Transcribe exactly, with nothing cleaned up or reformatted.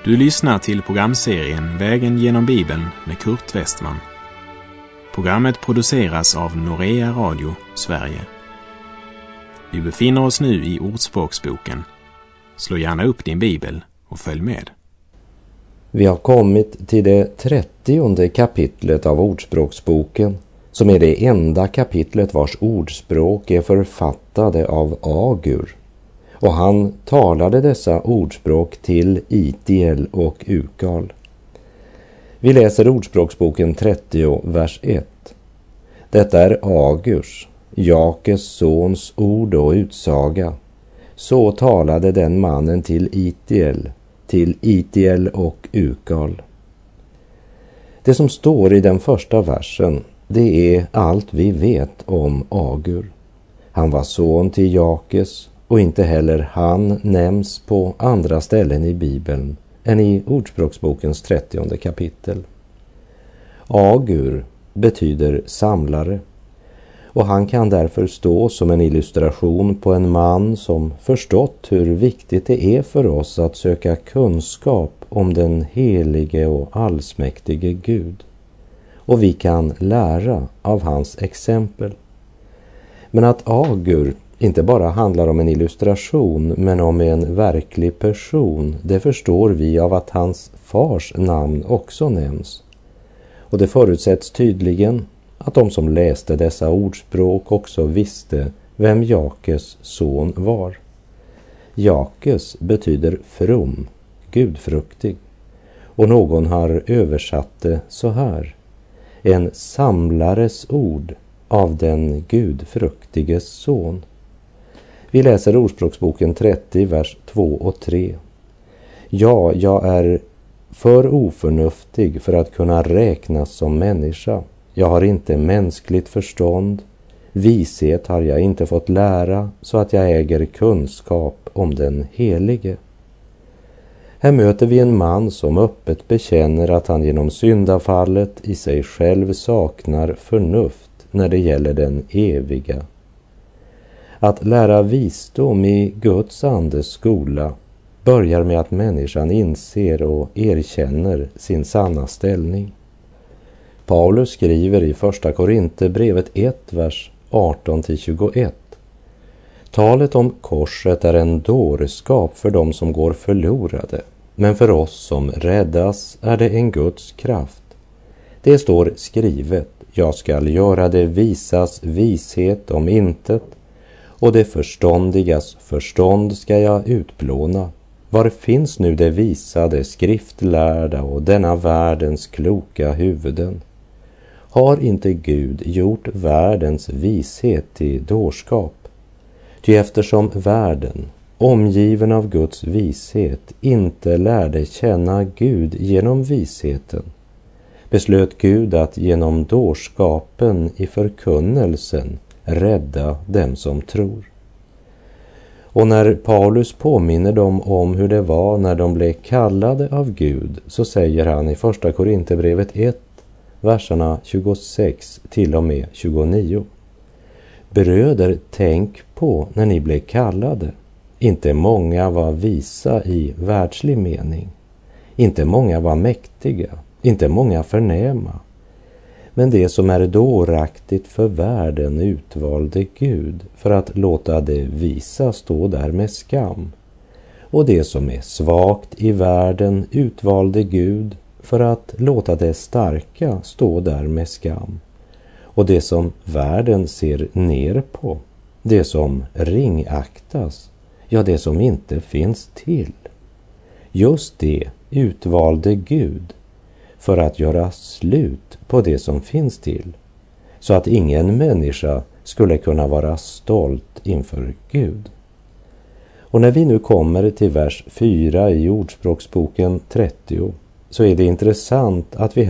Du lyssnar till programserien Vägen genom Bibeln med Kurt Westman. Programmet produceras av Norea Radio, Sverige. Vi befinner oss nu i Ordspråksboken. Slå gärna upp din bibel och följ med. Vi har kommit till det trettionde kapitlet av Ordspråksboken, som är det enda kapitlet vars ordspråk är författade av Agur. Och han talade dessa ordspråk till Itiel och Ukal. Vi läser Ordspråksboken trettio, vers ett. Detta är Agurs, Jakes sons ord och utsaga. Så talade den mannen till Itiel, till Itiel och Ukal. Det som står i den första versen, det är allt vi vet om Agur. Han var son till Jakes, och inte heller han nämns på andra ställen i Bibeln än i Ordspråksbokens trettionde kapitel. Agur betyder samlare, och han kan därför stå som en illustration på en man som förstått hur viktigt det är för oss att söka kunskap om den helige och allsmäktige Gud. Och vi kan lära av hans exempel. Men att Agur inte bara handlar om en illustration men om en verklig person, det förstår vi av att hans fars namn också nämns. Och det förutsätts tydligen att de som läste dessa ordspråk också visste vem Jakes son var. Jakes betyder from, gudfruktig, och någon har översatt det så här: en samlares ord av den gudfruktiges son. Vi läser Ordspråksboken trettio, vers två och tre. Ja, jag är för oförnuftig för att kunna räknas som människa. Jag har inte mänskligt förstånd. Vishet har jag inte fått lära, så att jag äger kunskap om den helige. Här möter vi en man som öppet bekänner att han genom syndafallet i sig själv saknar förnuft när det gäller den eviga. Att lära visdom i Guds andes skola börjar med att människan inser och erkänner sin sanna ställning. Paulus skriver i första Korinthierbrevet ett, vers arton till tjugoett. Talet om korset är en dårskap för dem som går förlorade, men för oss som räddas är det en Guds kraft. Det står skrivet: jag skall göra det visas vishet om intet, och det förståndigas förstånd ska jag utplåna. Var finns nu det visade, skriftlärda och denna världens kloka huvuden? Har inte Gud gjort världens vishet till dårskap? Ty eftersom världen, omgiven av Guds vishet, inte lärde känna Gud genom visheten, beslöt Gud att genom dårskapen i förkunnelsen rädda dem som tror. Och när Paulus påminner dem om hur det var när de blev kallade av Gud, så säger han i första Korinthierbrevet ett, verserna tjugosex till och med tjugonio. Bröder, tänk på när ni blev kallade. Inte många var visa i världslig mening. Inte många var mäktiga. Inte många förnäma. Men det som är dåraktigt för världen utvalde Gud för att låta det visa stå där med skam. Och det som är svagt i världen utvalde Gud för att låta det starka stå där med skam. Och det som världen ser ner på, det som ringaktas, ja, det som inte finns till, just det utvalde Gud för att göra slut på det som finns till, så att ingen människa skulle kunna vara stolt inför Gud. Och när vi nu kommer till vers fyra i Ordspråksboken trettio, så är det intressant att vi